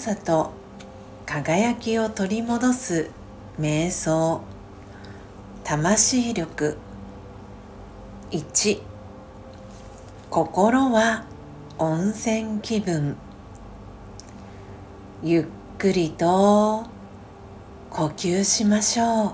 さと輝きを取り戻す瞑想。魂力。1、心は温泉気分。ゆっくりと呼吸しましょう。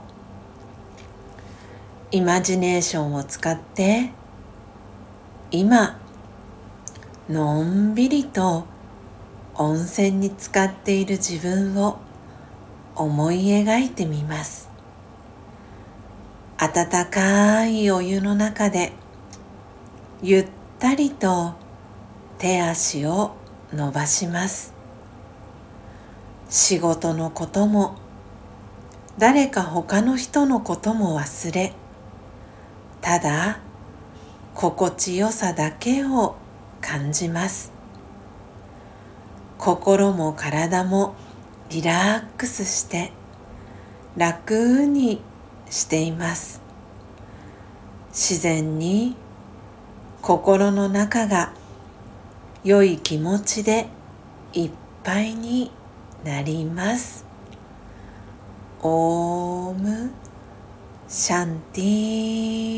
イマジネーションを使って今のんびりと温泉に浸かっている自分を思い描いてみます。温かいお湯の中でゆったりと手足を伸ばします。仕事のことも誰か他の人のことも忘れ、ただ心地よさだけを感じます。心も体もリラックスして楽にしています。自然に心の中が良い気持ちでいっぱいになります。オームシャンティー。